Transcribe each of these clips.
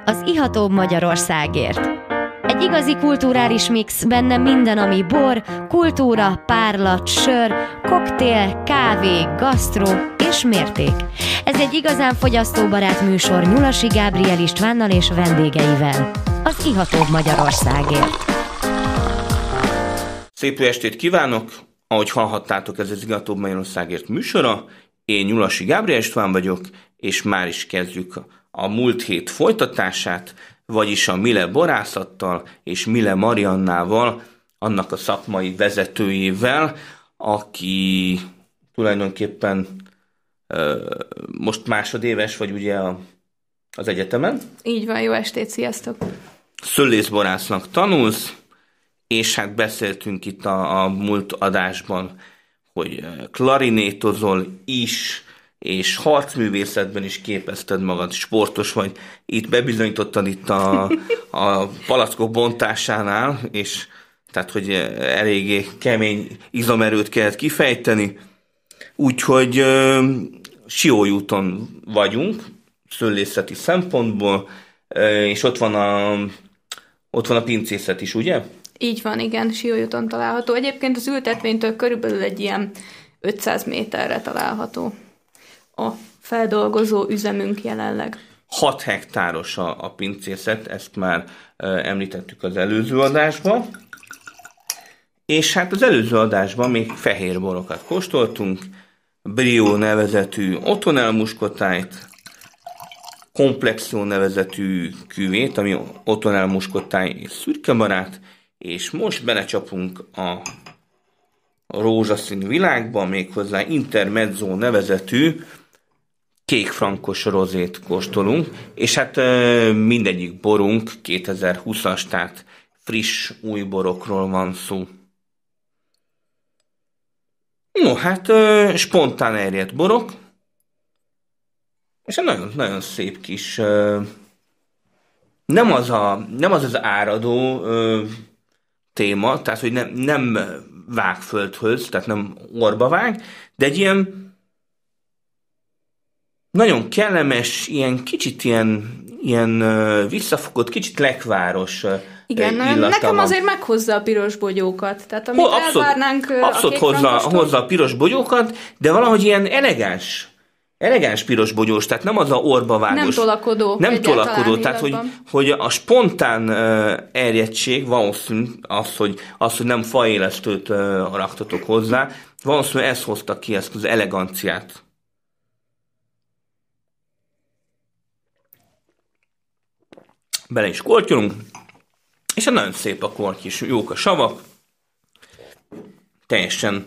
az ihatóbb Magyarországért. Egy igazi kulturális mix, benne minden, ami bor, kultúra, párlat, sör, koktél, kávé, gasztró és mérték. Ez egy igazán fogyasztóbarát műsor Nyulasi Gábriel Istvánnal és vendégeivel. Az ihatóbb Magyarországért. Szép jó estét kívánok! Ahogy hallhattátok, ez az ihatóbb Magyarországért műsora. Én Nyulasi Gábriel István vagyok, és már is kezdjük a múlt hét folytatását, vagyis a Mille borászattal és Mille Mariannával, annak a szakmai vezetőjével, aki tulajdonképpen most másodéves vagy ugye az egyetemen. Így van, jó estét, sziasztok! Szőlészborásznak tanulsz, és hát beszéltünk itt a múlt adásban, hogy klarinétozol is, és harcművészetben is képezted magad, sportos vagy. Itt bebizonyítottad itt a palackok bontásánál, és tehát, hogy eléggé kemény izomerőt kellett kifejteni. Úgyhogy Siólyúton vagyunk, szőlészeti szempontból, és ott van a pincészet is, ugye? Így van, igen, Siólyúton található. Egyébként az ültetvénytől körülbelül egy ilyen 500 méterre található a feldolgozó üzemünk jelenleg. 6 hektáros a pincészet, ezt már említettük az előző adásban. És hát az előző adásban még fehér borokat kóstoltunk, Brio nevezetű Otonel muskotájt, Komplexio nevezetű küvét, ami Otonel muskotáj és szürkebarát, és most belecsapunk a rózsaszín világba, méghozzá Intermezzo nevezetű kékfrankos rozét kóstolunk, és hát mindegyik borunk 2020-as, tehát friss új borokról van szó. No, hát spontán erjedt borok, és egy nagyon, nagyon szép kis, nem az áradó téma, tehát hogy nem vág földhöz, tehát nem orba vág, de egy ilyen nagyon kellemes, ilyen kicsit ilyen visszafogott, kicsit lekváros igen, nekem van. Azért meghozza a piros bogyókat. Tehát amit elvárnánk abszolút hozza a piros bogyókat, de valahogy ilyen elegáns piros bogyós, tehát nem az a orba vágos. Nem tolakodó, tehát hogy a spontán erjedtség, valószínű az, hogy nem faélesztőt raktatok hozzá, valószínűleg ez hozta ki ezt az eleganciát. Bele is kortyolunk, és nagyon szép a korty is, jók a savak, teljesen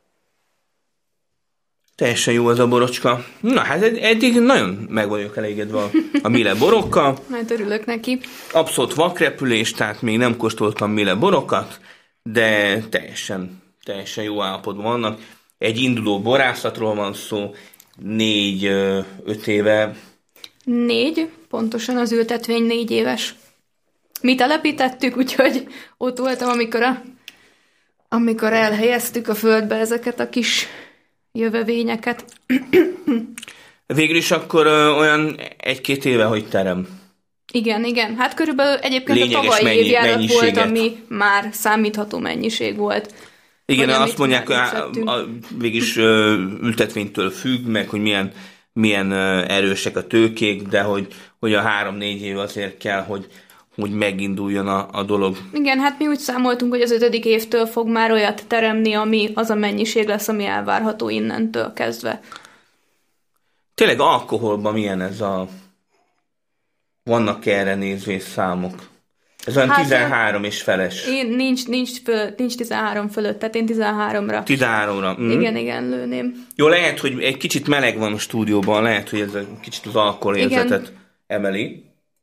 jó az a borocska. Na, hát eddig nagyon meg vagyok elégedve a Mille borokkal. Hát örülök neki. Abszolút vakrepülés, tehát még nem kóstoltam Mille borokat, de teljesen jó állapotban vannak. Egy induló borászatról van szó, 4-5 éve. 4, pontosan az ültetvény 4 éves. Mi telepítettük, úgyhogy ott voltam, amikor elhelyeztük a földbe ezeket a kis jövevényeket. Végül is akkor olyan 1-2 éve, hogy terem. Igen. Hát körülbelül egyébként lényeges a tavalyi évjárat volt, ami már számítható mennyiség volt. Igen, azt mondják, végül is ültetvénytől függ, meg hogy milyen erősek a tőkék, de hogy a 3-4 év azért kell, hogy meginduljon a dolog. Igen, hát mi úgy számoltunk, hogy az 5. évtől fog már olyat teremni, ami az a mennyiség lesz, ami elvárható innentől kezdve. Tényleg alkoholban milyen ez vannak erre nézvésszámok? Ez olyan 13 és feles. Nincs 13 fölött, tehát én 13-ra. 13-ra. Igen, lőném. Jó, lehet, hogy egy kicsit meleg van a stúdióban, lehet, hogy ez egy kicsit az alkoholérzetet emeli.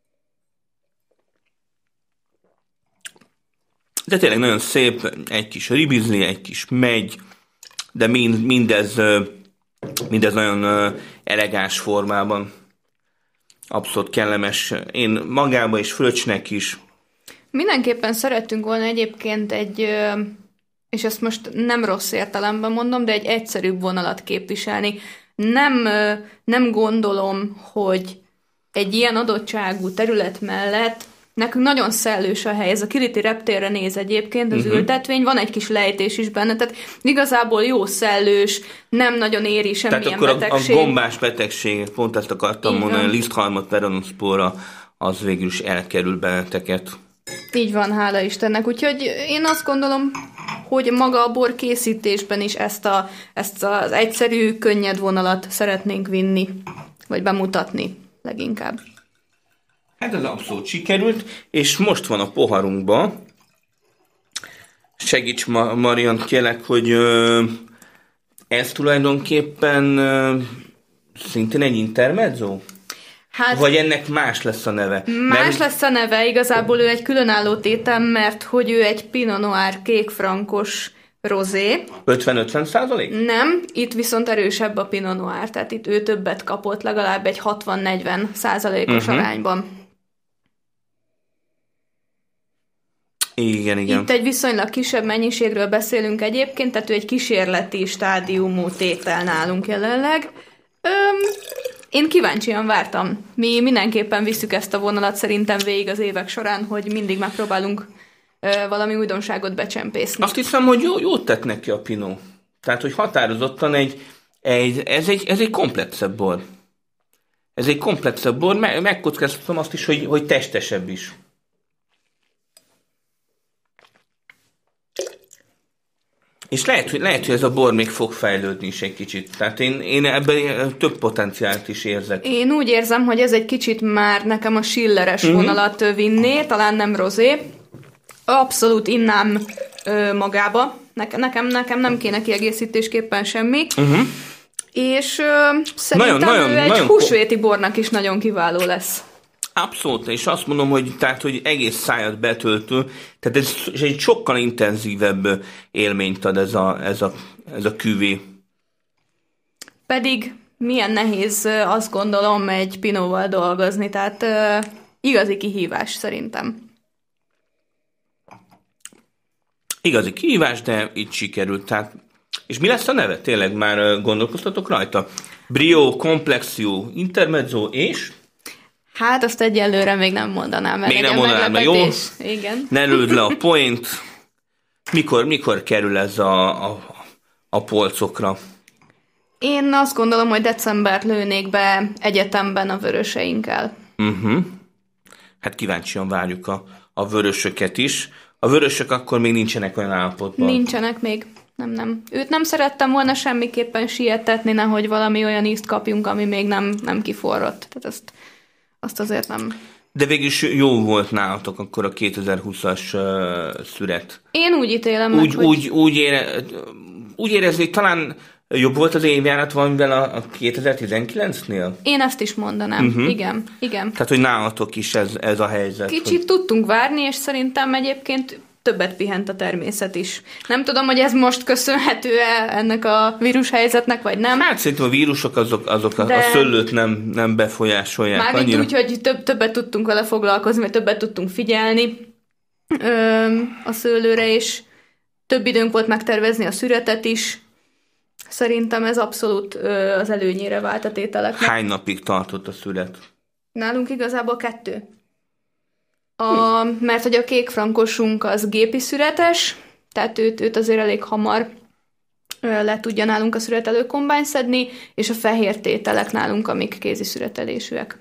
De tényleg nagyon szép, egy kis ribizli, egy kis megy, de mindez nagyon elegáns formában. Abszolút kellemes. Én magába is, fröccsnek is. Mindenképpen szerettünk volna egyébként és ezt most nem rossz értelemben mondom, de egy egyszerűbb vonalat képviselni. Nem gondolom, hogy egy ilyen adottságú terület mellett nekünk nagyon szellős a hely. Ez a Kiriti reptérre néz egyébként az ültetvény, van egy kis lejtés is benne, tehát igazából jó szellős, nem nagyon éri semmilyen tehát betegség. Tehát akkor a gombás betegség, pont ezt akartam mondani, a liszthalmat, peronoszpóra, az végül is elkerül benneteket. Így van, hála Istennek. Úgyhogy én azt gondolom, hogy maga a bor készítésben is ezt az egyszerű, könnyed vonalat szeretnénk vinni, vagy bemutatni leginkább. Hát ez abszolút sikerült, és most van a poharunkban. Segíts, Marian, kérlek, hogy ez tulajdonképpen szintén egy intermezzo? Hát, vagy ennek más lesz a neve? Más lesz a neve, igazából ő egy különálló tétel, mert hogy ő egy Pinot Noir kékfrankos rozé. 50-50%? Nem, itt viszont erősebb a Pinot Noir, tehát itt ő többet kapott, legalább egy 60-40%-os arányban. Igen. Itt egy viszonylag kisebb mennyiségről beszélünk egyébként, tehát ő egy kísérleti stádiumú tétel nálunk jelenleg. Én kíváncsian vártam. Mi mindenképpen visszük ezt a vonalat szerintem végig az évek során, hogy mindig megpróbálunk valami újdonságot becsempészni. Azt hiszem, hogy jót tett neki a Pinot. Tehát, hogy határozottan ez egy komplexebb bor. Ez egy komplexebb bor, megkockáztatom azt is, hogy testesebb is. És lehet, hogy ez a bor még fog fejlődni is egy kicsit. Tehát én ebben több potenciált is érzek. Én úgy érzem, hogy ez egy kicsit már nekem a schilleres vonalat vinné, talán nem rozé. Abszolút innám magába. Nekem nem kéne kiegészítésképpen semmi. És szerintem ő egy húsvéti bornak is nagyon kiváló lesz. Abszolút, és azt mondom, hogy egész szájat betöltő, tehát ez egy sokkal intenzívebb élményt ad ez a küvé. Pedig milyen nehéz, azt gondolom, egy pinóval dolgozni, tehát igazi kihívás szerintem. Igazi kihívás, de itt sikerült. Tehát, és mi lesz a neve? Tényleg már gondolkoztatok rajta? Brio, Complexio, Intermezzo és... Hát azt egyelőre még nem mondanám, mert még nem mondanám, mert jó? Igen. Ne lőd le a point. Mikor kerül ez a polcokra? Én azt gondolom, hogy decembert lőnék be egyetemben a vöröseinkkel. Hát kíváncsian várjuk a vörösöket is. A vörösök akkor még nincsenek olyan állapotban. Nincsenek még. Nem. Őt nem szerettem volna semmiképpen sietetni, nehogy valami olyan ízt kapjunk, ami még nem kiforrott. Tehát azt azért nem... De végülis jó volt nálatok akkor a 2020-as szüret. Én úgy ítélem meg, úgy érezni, talán jobb volt az évjárat valamivel a 2019-nél? Én ezt is mondanám, igen. Tehát, hogy nálatok is ez a helyzet. Kicsit tudtunk várni, és szerintem egyébként többet pihent a természet is. Nem tudom, hogy ez most köszönhető-e ennek a vírushelyzetnek, vagy nem. Hát szerintem a vírusok azok a szőlőt nem befolyásolják mármint annyira. úgy, hogy többet tudtunk vele foglalkozni, vagy többet tudtunk figyelni a szőlőre, és több időnk volt megtervezni a szüretet is. Szerintem ez abszolút az előnyére vált a tételeknek. Hány napig tartott a szület? Nálunk igazából 2. Mert hogy a kékfrankosunk az gépi szüretes, tehát őt azért elég hamar le tudja nálunk a szüretelő kombány szedni, és a fehér tételek nálunk, amik kézi szüretelésűek.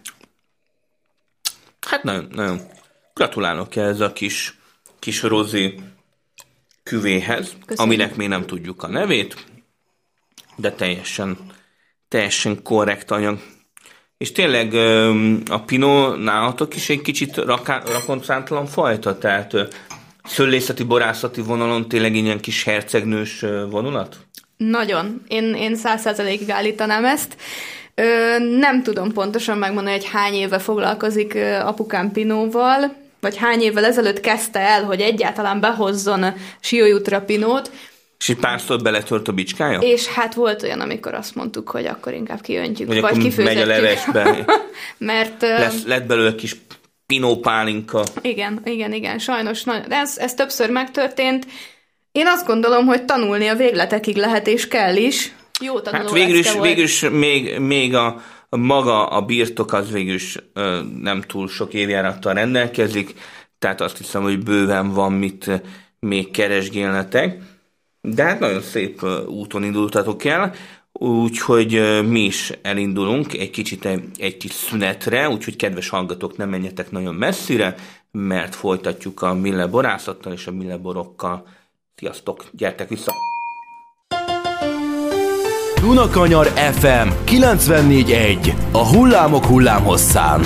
Hát nagyon gratulálok ez a kis rozé küvéhez, aminek még nem tudjuk a nevét, de teljesen korrekt anyag. És tényleg a Pinot nálatok is egy kicsit rakoncátlan fajta, tehát szőlészeti, borászati vonalon tényleg ilyen kis hercegnős vonulat? Nagyon. Én 100%-ig állítanám ezt. Nem tudom pontosan megmondani, hogy hány éve foglalkozik apukám Pinóval, vagy hány évvel ezelőtt kezdte el, hogy egyáltalán behozzon Siojutra Pinót. És egy párszor beletört a bicskája? És hát volt olyan, amikor azt mondtuk, hogy akkor inkább kiöntjük, vagy kifőzetjük. Megy a levesbe. Mert... lett belőle kis Pinot pálinka. Igen, sajnos. De ez többször megtörtént. Én azt gondolom, hogy tanulni a végletekig lehet, és kell is. Jó tanuló hát végül is még Maga a birtok az végül is nem túl sok évjárattal rendelkezik, tehát azt hiszem, hogy bőven van mit még keresgélnetek. De hát nagyon szép úton indultatok el, úgyhogy mi is elindulunk egy kis szünetre, úgyhogy kedves hallgatók, nem menjetek nagyon messzire, mert folytatjuk a Miller borászattal és a Miller borokkal. Sziasztok, gyertek vissza! Dunakanyar FM 94.1. A hullámok hullámhosszán.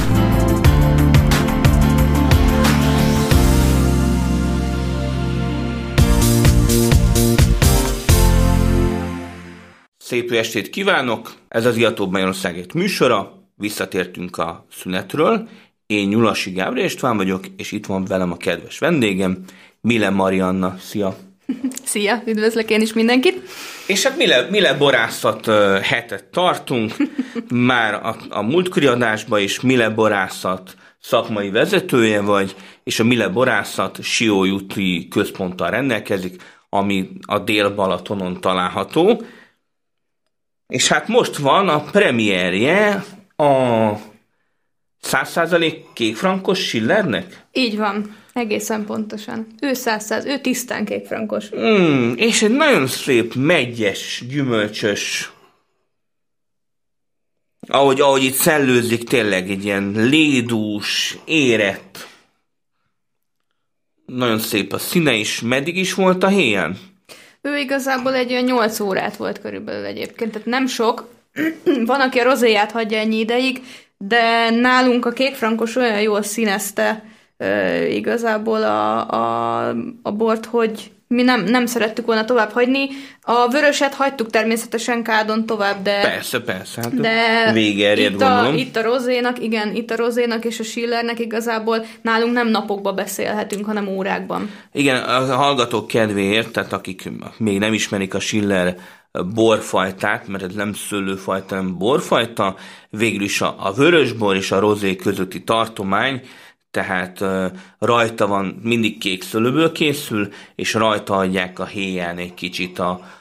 Szép jó estét kívánok! Ez az Iatóbb Magyarországért műsora. Visszatértünk a szünetről. Én Nyulasi Gábor István vagyok, és itt van velem a kedves vendégem, Miller Marianna. Szia! Szia! Üdvözlök én is mindenkit! És hát Miller borászat hetet tartunk, már a múltkori adásban is Miller borászat szakmai vezetője vagy, és a Miller borászat Siólyúti központtal rendelkezik, ami a Dél-Balatonon található. És hát most van a premierje a 100% kékfrankos Schillernek? Így van, egészen pontosan. Ő tisztán kékfrankos. És egy nagyon szép, meggyes, gyümölcsös, ahogy itt szellőzik, tényleg egy ilyen lédús, érett. Nagyon szép a színe is. Meddig is volt a héjen? Ő igazából egy olyan 8 órát volt körülbelül egyébként, tehát nem sok. Van, aki a rozéját hagyja ennyi ideig, de nálunk a kékfrankos olyan jól színezte igazából a bort, hogy mi nem szerettük volna tovább hagyni. A vöröset hagytuk természetesen kádon tovább, de... Persze, hát végerjed gondolom. Itt a rozénak és a Schillernek igazából nálunk nem napokba beszélhetünk, hanem órákban. Igen, a hallgatók kedvéért, tehát akik még nem ismerik a Schiller borfajtát, mert ez nem szőlőfajta, hanem borfajta, végül is a vörösbor és a rozé közötti tartomány, tehát rajta van, mindig kék szőlőből készül, és rajta adják a héján egy kicsit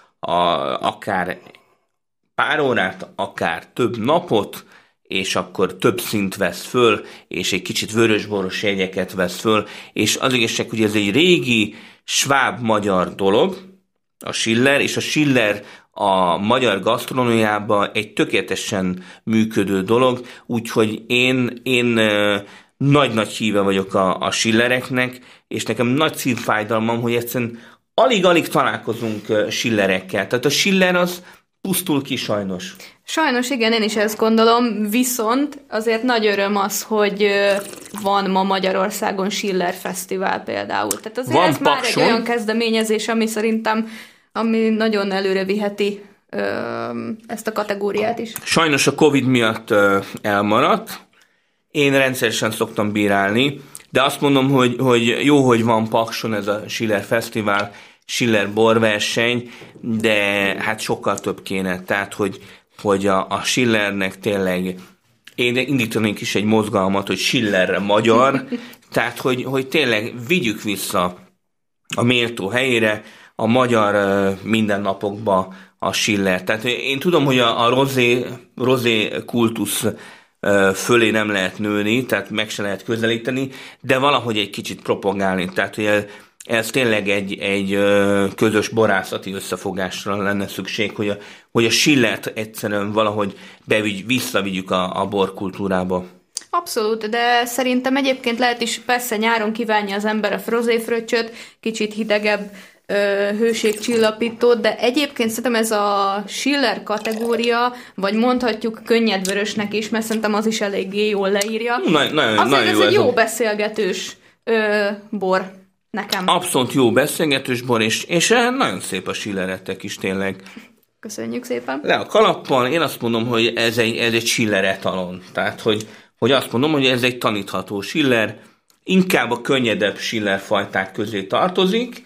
akár pár órát, akár több napot, és akkor több szint vesz föl, és egy kicsit vörösboros jegyeket vesz föl, és az igazság, hogy ez egy régi sváb-magyar dolog, a Schiller, és a Schiller a magyar gasztronómiában egy tökéletesen működő dolog, úgyhogy én nagy-nagy híve vagyok a Schillereknek, és nekem nagy szívfájdalmam, hogy egyszerűen alig-alig találkozunk Schillerekkel. Tehát a Schiller az pusztul ki sajnos. Sajnos igen, én is ezt gondolom, viszont azért nagy öröm az, hogy van ma Magyarországon Schiller Fesztivál például. Tehát azért van ez már egy olyan kezdeményezés, ami szerintem nagyon előre viheti ezt a kategóriát is. Sajnos a Covid miatt elmaradt. Én rendszeresen szoktam bírálni, de azt mondom, hogy jó, hogy van Pakson ez a Schiller Fesztivál, Schiller borverseny, de hát sokkal több kéne. Tehát, hogy a Schillernek tényleg, én indítanék is egy mozgalmat, hogy Schillerre magyar, tehát, hogy tényleg vigyük vissza a méltó helyére, a magyar mindennapokba a Schiller. Tehát én tudom, hogy a rozé kultusz fölé nem lehet nőni, tehát meg se lehet közelíteni, de valahogy egy kicsit propagálni. Tehát, hogy ez tényleg egy közös borászati összefogásra lenne szükség, hogy a Schillert egyszerűen valahogy visszavigyük a borkultúrába. Abszolút, de szerintem egyébként lehet is, persze nyáron kívánja az ember a rozéfröccsöt, kicsit hidegebb, hőségcsillapítót, de egyébként szerintem ez a Schiller kategória, vagy mondhatjuk könnyedvörösnek is, mert szerintem az is eléggé jól leírja. Azért ez egy jó beszélgetős bor nekem. Abszolút jó beszélgetős bor, és nagyon szép a Schilleretek is tényleg. Köszönjük szépen. Le a kalappal, én azt mondom, hogy ez egy Schiller etalon. Tehát, hogy azt mondom, hogy ez egy tanítható Schiller, inkább a könnyedebb Schiller fajták közé tartozik,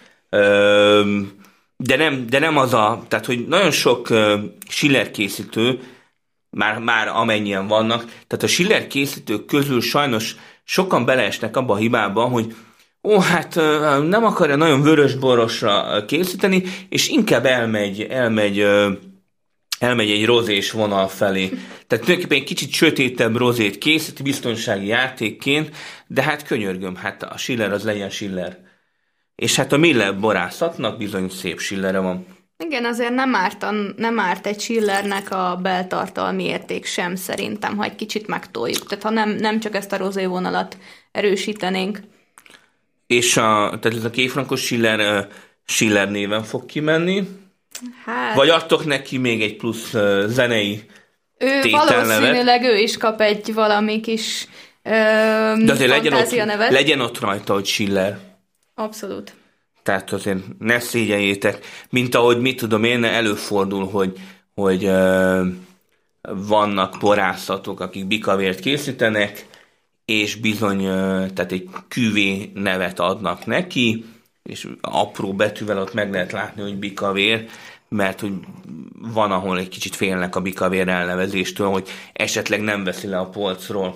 de nem az tehát, hogy nagyon sok Schiller készítő, már amennyien vannak, tehát a Schiller készítők közül sajnos sokan beleesnek abba a hibába, hogy nem akarja nagyon vörösborosra készíteni, és inkább elmegy elmegy egy rozés vonal felé. Tehát tulajdonképpen egy kicsit sötétebb rozét készít biztonsági játékként, de hát könyörgöm, hát a Schiller az legyen Schiller. És hát a Miller borászatnak bizony szép Schillere van. Igen, azért nem árt egy Schillernek a beltartalmi érték sem szerintem, ha egy kicsit megtoljuk. Tehát ha nem csak ezt a rozé vonalat erősítenénk. És tehát ez a 2 frankos Schiller néven fog kimenni? Hát, vagy adtok neki még egy plusz zenei tételnevet? Valószínűleg ő is kap egy valami kis de azért fantázianevet. legyen ott rajta, hogy Schiller. Abszolút. Tehát azért ne szégyeljétek, mint ahogy mit tudom én, előfordul, hogy vannak borászatok, akik bikavért készítenek, és bizony tehát egy küvé nevet adnak neki, és apró betűvel ott meg lehet látni, hogy bikavér, mert hogy van, ahol egy kicsit félnek a bikavér elnevezéstől, hogy esetleg nem veszi le a polcról.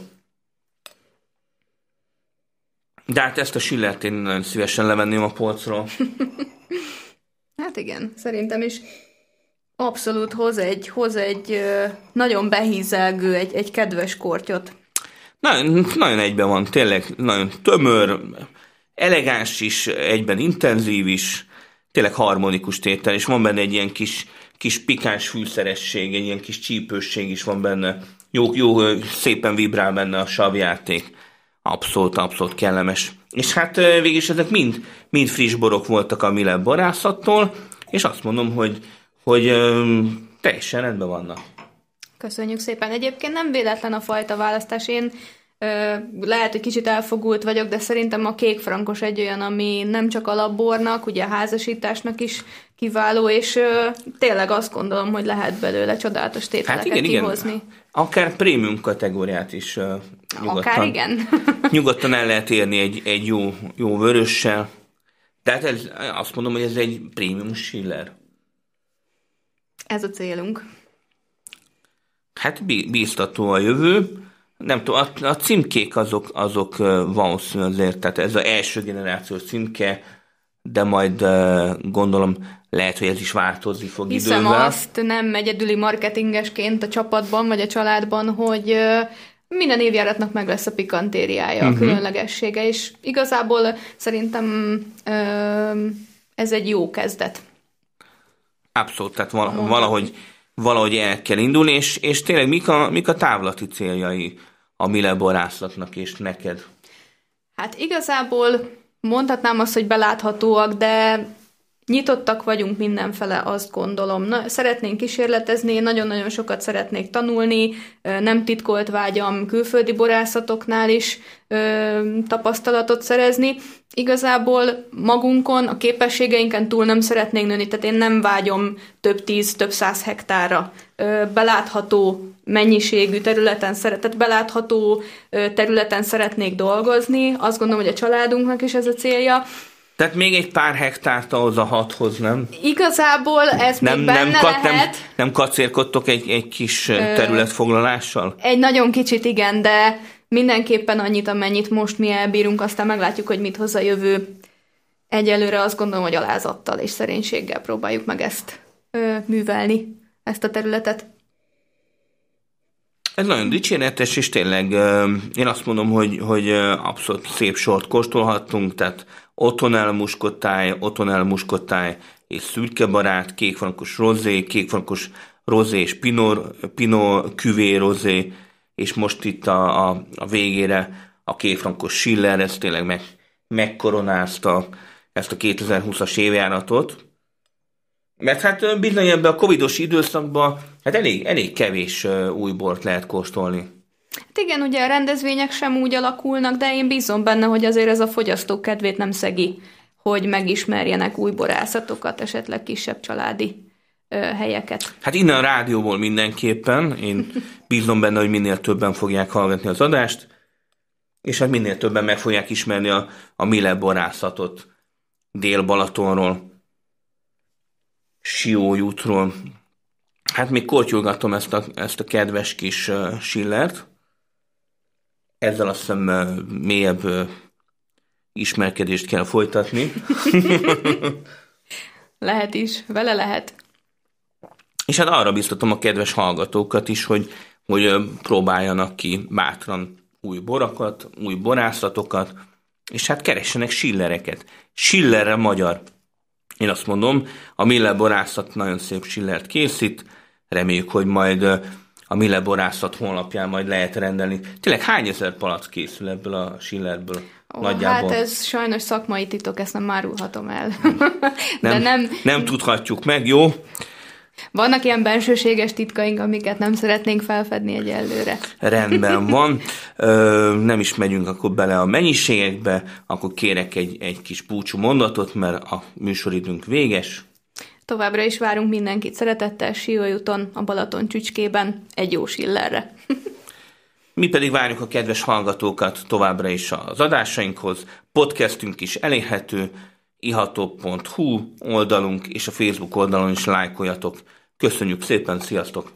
De hát ezt a Schillert én nagyon szívesen levenném a polcról. Hát igen, szerintem is abszolút hoz egy nagyon behízelgő, egy kedves kortyot. Nagyon egyben van, tényleg nagyon tömör, elegáns is, egyben intenzív is, tényleg harmonikus tétel, és van benne egy ilyen kis pikáns fűszeresség, egy ilyen kis csípősség is van benne. Jó, szépen vibrál benne a savjáték. Abszolút kellemes. És hát végülis ezek mind friss borok voltak a Miller borászattól, és azt mondom, hogy teljesen rendben vannak. Köszönjük szépen. Egyébként nem véletlen a fajta választás. Én lehet, hogy kicsit elfogult vagyok, de szerintem a kék frankos egy olyan, ami nem csak alapbornak, ugye a házasításnak is kiváló, és tényleg azt gondolom, hogy lehet belőle csodálatos tételeket kihozni. Igen. Akár prémium kategóriát is nyugodtan. Akár igen. Nyugodtan el lehet érni egy jó vörössel. Tehát azt mondom, hogy ez egy prémium Schiller. Ez a célunk. Hát bíztató a jövő. Nem tudom, a címkék azok valószínűleg azért, tehát ez az első generációs címke, de majd gondolom lehet, hogy ez is változni fog idővel. Hiszem azt nem egyedüli marketingesként a csapatban vagy a családban, hogy minden évjáratnak meg lesz a pikantériája, a különlegessége, és igazából szerintem ez egy jó kezdet. Abszolút, tehát valahogy el kell indulni, és tényleg mik a távlati céljai a Miller borászatnak és neked? Hát igazából mondhatnám azt, hogy beláthatóak, de nyitottak vagyunk mindenfele, azt gondolom. Szeretnénk kísérletezni, nagyon-nagyon sokat szeretnék tanulni, nem titkolt vágyam külföldi borászatoknál is tapasztalatot szerezni. Igazából magunkon, a képességeinken túl nem szeretnénk nőni, tehát én nem vágyom több 10, több 100 hektárra. Belátható mennyiségű területen, belátható területen szeretnék dolgozni. Azt gondolom, hogy a családunknak is ez a célja. Tehát még egy pár hektárt ahhoz a 6-hoz, nem? Igazából ez még benne lehet. Nem kacérkodtok egy kis területfoglalással? Egy nagyon kicsit igen, de mindenképpen annyit, amennyit most mi elbírunk, aztán meglátjuk, hogy mit hoz a jövő. Egyelőre azt gondolom, hogy alázattal és szerénységgel próbáljuk meg ezt művelni, ezt a területet. Ez nagyon dicséretes, és tényleg én azt mondom, hogy abszolút szép sort kóstolhattunk, tehát Otonel muskotáj és szürkebarát, kékfrankos rozé és pinot küvé rozé, és most itt a végére a kékfrankos Schiller, ez tényleg megkoronázta ezt a 2020-as évjáratot. Mert hát bizony ebben a covidos időszakban hát elég kevés új bort lehet kóstolni. Hát igen, ugye a rendezvények sem úgy alakulnak, de én bízom benne, hogy azért ez a fogyasztók kedvét nem szegi, hogy megismerjenek új borászatokat, esetleg kisebb családi helyeket. Hát innen a rádióból mindenképpen, én bízom benne, hogy minél többen fogják hallgatni az adást, és hát minél többen meg fogják ismerni a Miller borászatot Dél-Balatonról, Siólyútról. Hát még kortyolgatom ezt a kedves kis Schillert. Ezzel azt hiszem mélyebb ismerkedést kell folytatni. Lehet is, vele lehet. És hát arra biztatom a kedves hallgatókat is, hogy próbáljanak ki bátran új borokat, új borászatokat, és hát keressenek Schillereket. Schillerre magyar. Én azt mondom, a Miller borászat nagyon szép Schillert készít, reméljük, hogy majd a Miller borászat honlapján majd lehet rendelni. Tényleg hány ezer palack készül ebből a Schillerből? Nagyjából? Hát ez sajnos szakmai titok, ezt nem árulhatom el. Nem tudhatjuk meg, jó? Vannak ilyen bensőséges titkaink, amiket nem szeretnénk felfedni egyelőre. Rendben van. Nem is megyünk akkor bele a mennyiségekbe, akkor kérek egy kis búcsú mondatot, mert a műsoridőnk véges. Továbbra is várunk mindenkit szeretettel Siólyúton, a Balaton csücskében, egy jó Schillerre. Mi pedig várjuk a kedves hallgatókat továbbra is az adásainkhoz. Podcastünk is elérhető, iható.hu oldalunk és a Facebook oldalon is lájkoljatok. Köszönjük szépen, sziasztok!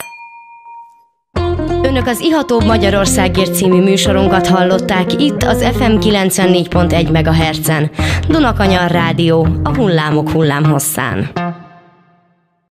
Önök az Ihatóbb Magyarországért című műsorunkat hallották itt az FM 94.1 MHz-en. Dunakanyar Rádió, a hullámok hullámhosszán.